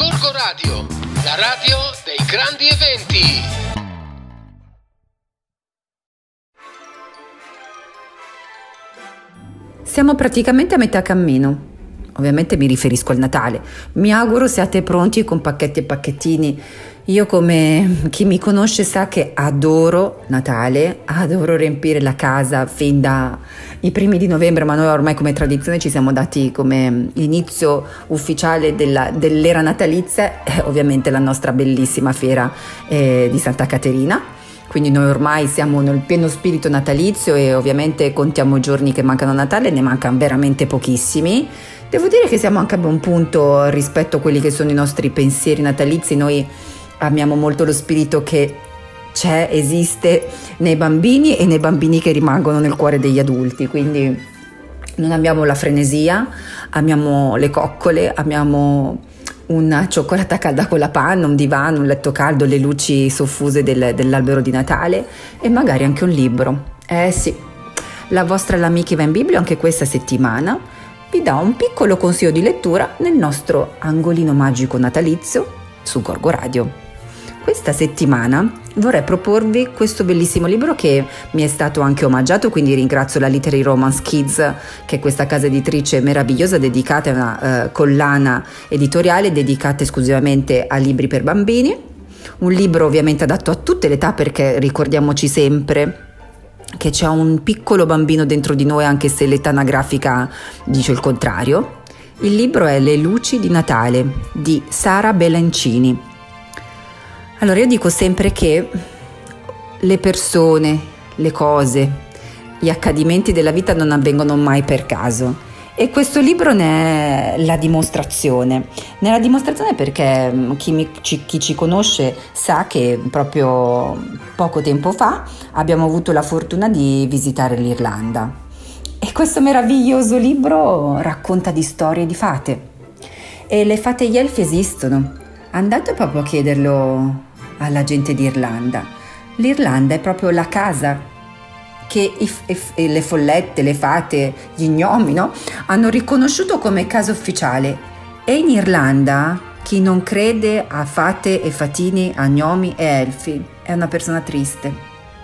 Gorgo Radio, la radio dei grandi eventi. Siamo praticamente a metà cammino. Ovviamente mi riferisco al Natale. Mi auguro siate pronti con pacchetti e pacchettini. Io, come chi mi conosce, sa che adoro Natale, adoro riempire la casa fin dai primi di novembre, ma noi ormai come tradizione ci siamo dati come inizio ufficiale dell'era natalizia, ovviamente la nostra bellissima fiera di Santa Caterina. Quindi noi ormai siamo nel pieno spirito natalizio e ovviamente contiamo i giorni che mancano a Natale, ne mancano veramente pochissimi. Devo dire che siamo anche a buon punto rispetto a quelli che sono i nostri pensieri natalizi. Noi amiamo molto lo spirito che esiste nei bambini e nei bambini che rimangono nel cuore degli adulti, quindi non amiamo la frenesia, amiamo le coccole, amiamo una cioccolata calda con la panna, un divano, un letto caldo, le luci soffuse dell'albero di Natale e magari anche un libro. Sì, la vostra L'Amica va in Biblio anche questa settimana vi dà un piccolo consiglio di lettura nel nostro angolino magico natalizio su Gorgo Radio. Questa settimana vorrei proporvi questo bellissimo libro che mi è stato anche omaggiato, quindi ringrazio la Literary Romance Kids, che è questa casa editrice meravigliosa dedicata a una collana editoriale dedicata esclusivamente a libri per bambini. Un libro ovviamente adatto a tutte le età, perché ricordiamoci sempre che c'è un piccolo bambino dentro di noi, anche se l'età anagrafica dice il contrario. Il libro è Le luci di Natale di Sara Belancini. Allora, io dico sempre che le persone, le cose, gli accadimenti della vita non avvengono mai per caso, e questo libro ne è la dimostrazione. Ne è la dimostrazione perché chi ci conosce sa che proprio poco tempo fa abbiamo avuto la fortuna di visitare l'Irlanda, e questo meraviglioso libro racconta di storie di fate, e le fate e gli elfi esistono. Andate proprio a chiederlo alla gente d'Irlanda. L'Irlanda è proprio la casa che le follette, le fate, gli gnomi, no? hanno riconosciuto come casa ufficiale. E in Irlanda chi non crede a fate e fatini, a gnomi e elfi è una persona triste.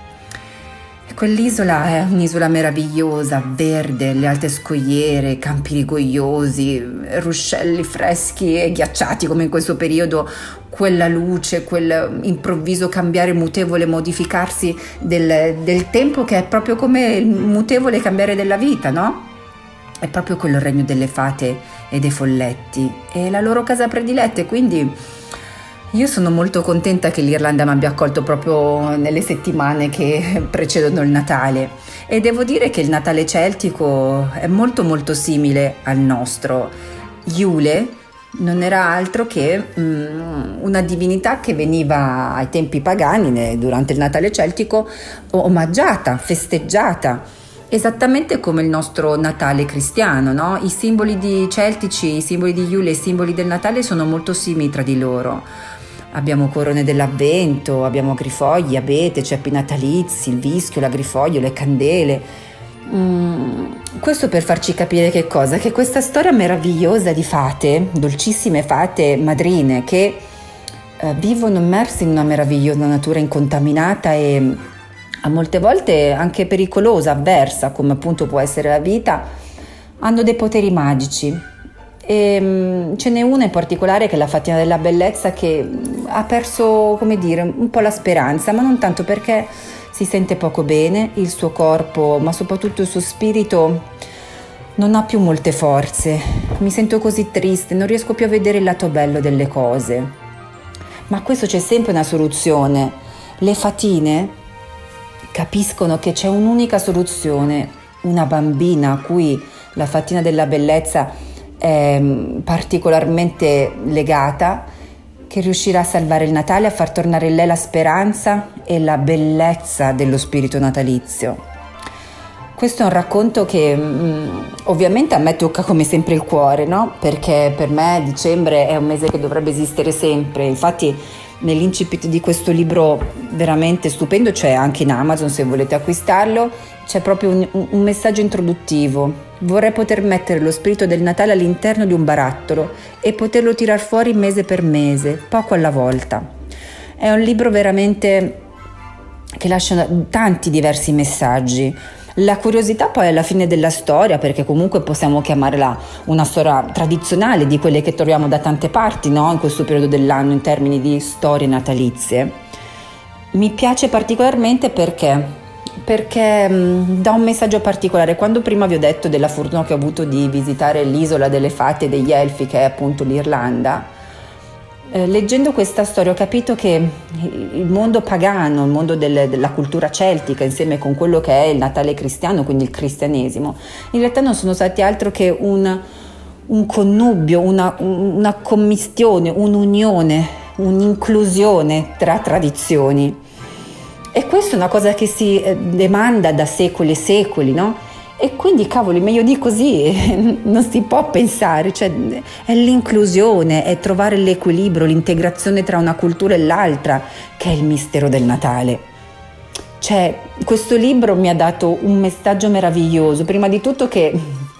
Quell'isola è un'isola meravigliosa, verde, le alte scogliere, campi rigogliosi, ruscelli freschi e ghiacciati come in questo periodo, quella luce, quel improvviso cambiare mutevole, modificarsi del tempo, che è proprio come il mutevole cambiare della vita, no? È proprio quello il regno delle fate e dei folletti, è la loro casa prediletta, e quindi io sono molto contenta che l'Irlanda mi abbia accolto proprio nelle settimane che precedono il Natale, e devo dire che il Natale celtico è molto molto simile al nostro. Iule non era altro che una divinità che veniva ai tempi pagani, durante il Natale celtico, omaggiata, festeggiata, esattamente come il nostro Natale cristiano, no? I simboli celtici, i simboli di Iule, i simboli del Natale sono molto simili tra di loro. Abbiamo corone dell'avvento, abbiamo agrifogli, abete, ceppi natalizi, il vischio, l'agrifoglio, le candele. Questo per farci capire che cosa? Che questa storia meravigliosa di fate, dolcissime fate madrine, che vivono immerse in una meravigliosa natura incontaminata e a molte volte anche pericolosa, avversa, come appunto può essere la vita, hanno dei poteri magici. E ce n'è una in particolare, che è la fatina della bellezza, che ha perso, come dire, un po' la speranza, ma non tanto perché si sente poco bene, il suo corpo, ma soprattutto il suo spirito non ha più molte forze. Mi sento così triste, non riesco più a vedere il lato bello delle cose. Ma a questo c'è sempre una soluzione. Le fatine capiscono che c'è un'unica soluzione, una bambina a cui la fatina della bellezza è particolarmente legata, che riuscirà a salvare il Natale, a far tornare in lei la speranza e la bellezza dello spirito natalizio. Questo è un racconto che ovviamente a me tocca come sempre il cuore, no? Perché per me dicembre è un mese che dovrebbe esistere sempre. Infatti nell'incipit di questo libro veramente stupendo, c'è anche in Amazon se volete acquistarlo, c'è proprio un messaggio introduttivo. Vorrei poter mettere lo spirito del Natale all'interno di un barattolo e poterlo tirar fuori mese per mese, poco alla volta. È un libro veramente che lascia tanti diversi messaggi. La curiosità poi alla fine della storia, perché comunque possiamo chiamarla una storia tradizionale di quelle che troviamo da tante parti, no? In questo periodo dell'anno in termini di storie natalizie, mi piace particolarmente perché dà un messaggio particolare. Quando prima vi ho detto della fortuna che ho avuto di visitare l'isola delle fate e degli elfi, che è appunto l'Irlanda, leggendo questa storia ho capito che il mondo pagano, il mondo della cultura celtica, insieme con quello che è il Natale cristiano, quindi il cristianesimo, in realtà non sono stati altro che un connubio, una commistione, un'unione, un'inclusione tra tradizioni. E questa è una cosa che si demanda da secoli e secoli, no? E quindi, cavoli, meglio di così non si può pensare, cioè è l'inclusione, è trovare l'equilibrio, l'integrazione tra una cultura e l'altra, che è il mistero del Natale. Cioè, questo libro mi ha dato un messaggio meraviglioso, prima di tutto che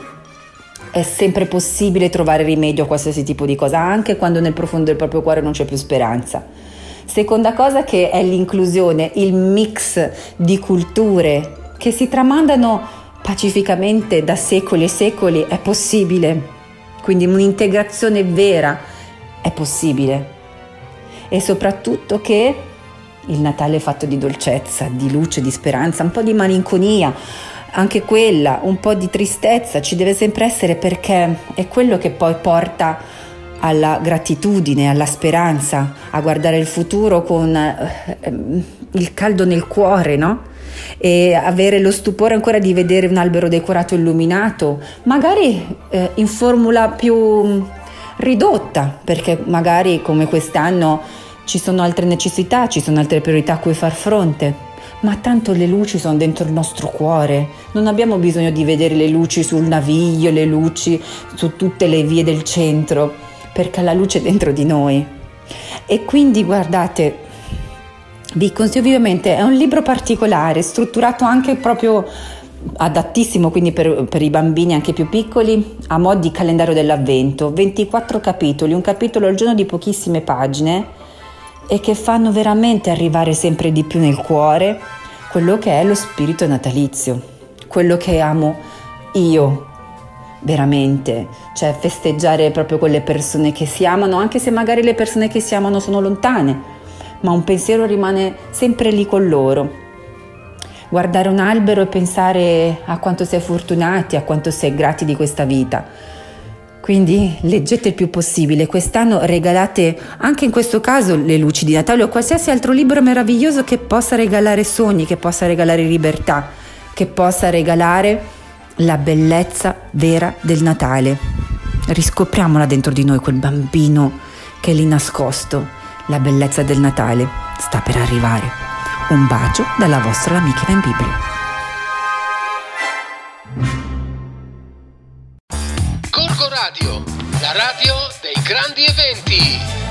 è sempre possibile trovare rimedio a qualsiasi tipo di cosa, anche quando nel profondo del proprio cuore non c'è più speranza. Seconda cosa, che è l'inclusione, il mix di culture che si tramandano pacificamente da secoli e secoli, è possibile. Quindi un'integrazione vera è possibile. E soprattutto che il Natale è fatto di dolcezza, di luce, di speranza, un po' di malinconia, anche quella, un po' di tristezza ci deve sempre essere, perché è quello che poi porta alla gratitudine, alla speranza, a guardare il futuro con il caldo nel cuore, no? E avere lo stupore ancora di vedere un albero decorato e illuminato, magari in formula più ridotta, perché magari come quest'anno ci sono altre necessità, ci sono altre priorità a cui far fronte, ma tanto le luci sono dentro il nostro cuore, non abbiamo bisogno di vedere le luci sul naviglio, le luci su tutte le vie del centro, perché la luce è dentro di noi. E quindi guardate, vi consiglio vivamente, è un libro particolare, strutturato anche proprio adattissimo quindi per i bambini anche più piccoli, a mo' di calendario dell'avvento, 24 capitoli, un capitolo al giorno di pochissime pagine, e che fanno veramente arrivare sempre di più nel cuore quello che è lo spirito natalizio, quello che amo io veramente, cioè festeggiare proprio quelle persone che si amano, anche se magari le persone che si amano sono lontane, ma un pensiero rimane sempre lì con loro. Guardare un albero e pensare a quanto sei fortunati, a quanto sei grati di questa vita. Quindi leggete il più possibile. Quest'anno regalate anche in questo caso le luci di Natale o qualsiasi altro libro meraviglioso che possa regalare sogni, che possa regalare libertà, che possa regalare la bellezza vera del Natale. Riscopriamola dentro di noi, quel bambino che è lì nascosto. La bellezza del Natale sta per arrivare. Un bacio dalla vostra amica in Bibbia. Gorgo Radio, la radio dei grandi eventi.